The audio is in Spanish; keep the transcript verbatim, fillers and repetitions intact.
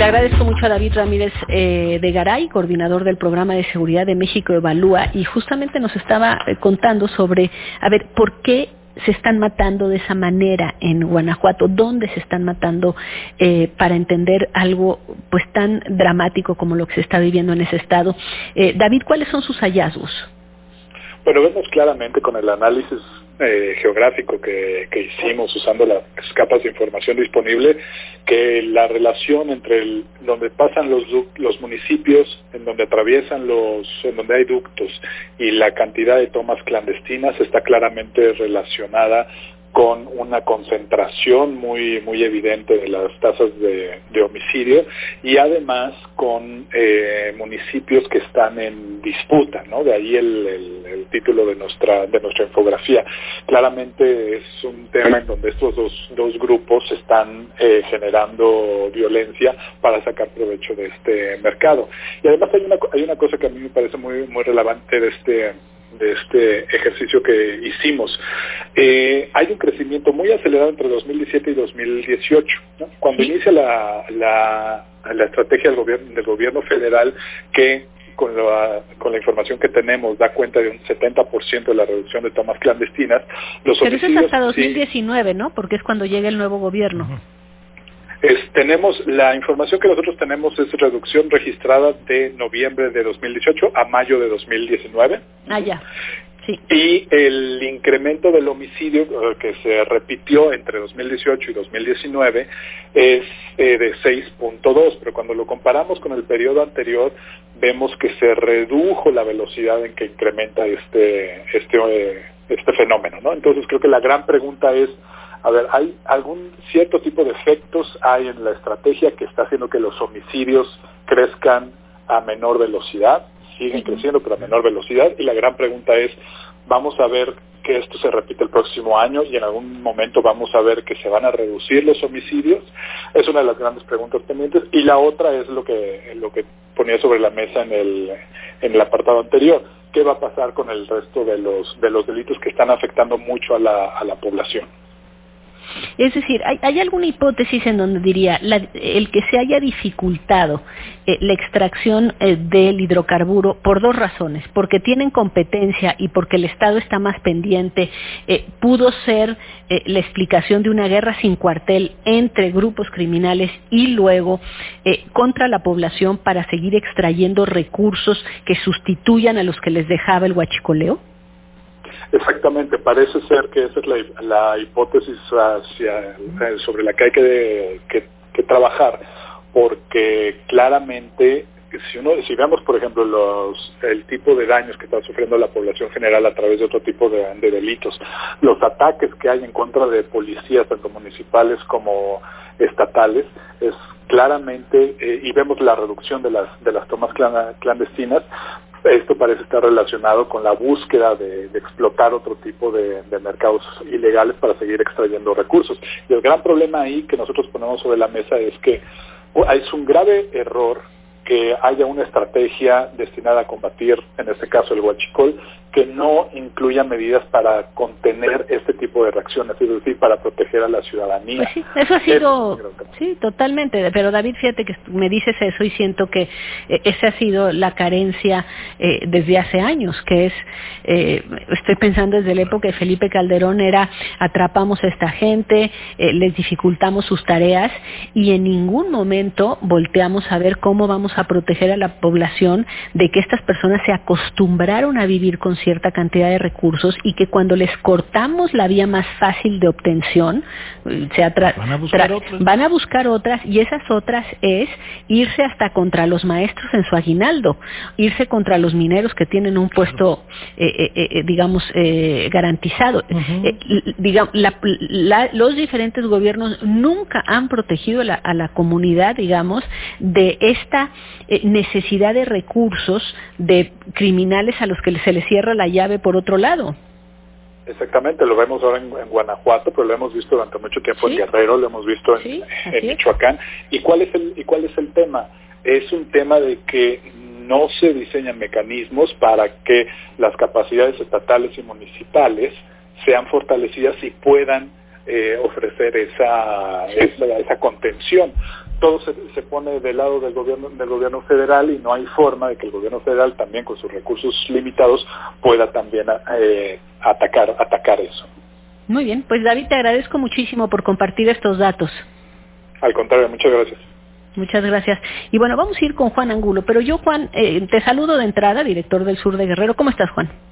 Le agradezco mucho a David Ramírez eh, de Garay, coordinador del Programa de Seguridad de México Evalúa, y justamente nos estaba eh, contando sobre, a ver, ¿por qué se están matando de esa manera en Guanajuato? ¿Dónde se están matando eh, para entender algo pues tan dramático como lo que se está viviendo en ese estado? Eh, David, ¿cuáles son sus hallazgos? Bueno, vemos claramente con el análisis eh, geográfico que, que hicimos usando las capas de información disponible que la relación entre el, donde pasan los los municipios, en donde atraviesan los, en donde hay ductos, y la cantidad de tomas clandestinas está claramente relacionada con una concentración muy muy evidente de las tasas de, de homicidio, y además con eh, municipios que están en disputa, ¿no? De ahí el, el, el título de nuestra de nuestra infografía. Claramente es un tema en donde estos dos, dos grupos están eh, generando violencia para sacar provecho de este mercado. Y además hay una hay una cosa que a mí me parece muy muy relevante de este de este ejercicio que hicimos. Eh, hay un crecimiento muy acelerado entre dos mil diecisiete y dos mil dieciocho, ¿no? Cuando inicia la, la, la estrategia del gobierno, del gobierno federal, que con la, con la información que tenemos da cuenta de un setenta por ciento de la reducción de tomas clandestinas. Los Pero eso es hasta dos mil diecinueve, sí, ¿no? Porque es cuando llega el nuevo gobierno. Uh-huh. Es, tenemos la información que nosotros tenemos es reducción registrada de noviembre de dos mil dieciocho a mayo de dos mil diecinueve. Ah, ya. Sí. Y el incremento del homicidio eh, que se repitió entre dos mil dieciocho y dos mil diecinueve es eh, de seis punto dos, pero cuando lo comparamos con el periodo anterior vemos que se redujo la velocidad en que incrementa este este eh, este fenómeno, ¿no? Entonces creo que la gran pregunta es, a ver, ¿hay algún cierto tipo de efectos hay en la estrategia que está haciendo que los homicidios crezcan a menor velocidad? Siguen uh-huh. creciendo, pero a menor velocidad. Y la gran pregunta es, ¿vamos a ver que esto se repite el próximo año y en algún momento vamos a ver que se van a reducir los homicidios? Es una de las grandes preguntas pendientes. Y la otra es lo que lo que ponía sobre la mesa en el en el apartado anterior. ¿Qué va a pasar con el resto de los de los delitos que están afectando mucho a la a la población? Es decir, ¿hay, hay alguna hipótesis en donde diría la, el que se haya dificultado eh, la extracción eh, del hidrocarburo por dos razones? Porque tienen competencia y porque el Estado está más pendiente. Eh, ¿Pudo ser eh, la explicación de una guerra sin cuartel entre grupos criminales y luego eh, contra la población para seguir extrayendo recursos que sustituyan a los que les dejaba el huachicoleo? Exactamente, parece ser que esa es la, la hipótesis hacia, sobre la que hay que, que, que trabajar, porque claramente, si uno, si vemos por ejemplo los, el tipo de daños que está sufriendo la población general a través de otro tipo de, de delitos, los ataques que hay en contra de policías, tanto municipales como estatales, es claramente, eh, y vemos la reducción de las, de las tomas clandestinas. Esto parece estar relacionado con la búsqueda de, de explotar otro tipo de, de mercados ilegales para seguir extrayendo recursos. Y el gran problema ahí que nosotros ponemos sobre la mesa es que es un grave error que haya una estrategia destinada a combatir, en este caso el huachicol, que no incluya medidas para contener este tipo de reacciones, es decir, para proteger a la ciudadanía. Pues sí, eso ha sido, sí, totalmente, pero David, fíjate que me dices eso y siento que eh, esa ha sido la carencia eh, desde hace años, que es, eh, estoy pensando desde la época de Felipe Calderón, era atrapamos a esta gente, eh, les dificultamos sus tareas y en ningún momento volteamos a ver cómo vamos a proteger a la población de que estas personas se acostumbraron a vivir con cierta cantidad de recursos y que cuando les cortamos la vía más fácil de obtención, se atra- van a buscar tra- otras. van a buscar otras y esas otras es irse hasta contra los maestros en su aguinaldo, irse contra los mineros que tienen un puesto, eh, eh, eh, digamos, eh, garantizado. Uh-huh. Eh, digamos, la, la, los diferentes gobiernos nunca han protegido a la, a la comunidad, digamos, de esta eh, necesidad de recursos de criminales a los que se les cierra la llave por otro lado. Exactamente, lo vemos ahora en, en Guanajuato, pero lo hemos visto durante mucho tiempo ¿Sí? en Guerrero, lo hemos visto en, ¿Sí? en Michoacán. ¿Y cuál es el y cuál es el tema? Es un tema de que no se diseñan mecanismos para que las capacidades estatales y municipales sean fortalecidas y puedan eh, ofrecer esa, esa, esa contención. Todo se, se pone del lado del gobierno del gobierno federal y no hay forma de que el gobierno federal también con sus recursos limitados pueda también eh, atacar atacar eso. Muy bien, pues David, te agradezco muchísimo por compartir estos datos. Al contrario, muchas gracias. Muchas gracias. Y bueno, vamos a ir con Juan Angulo, pero yo, Juan, eh, te saludo de entrada, director del Sur de Guerrero. ¿Cómo estás, Juan?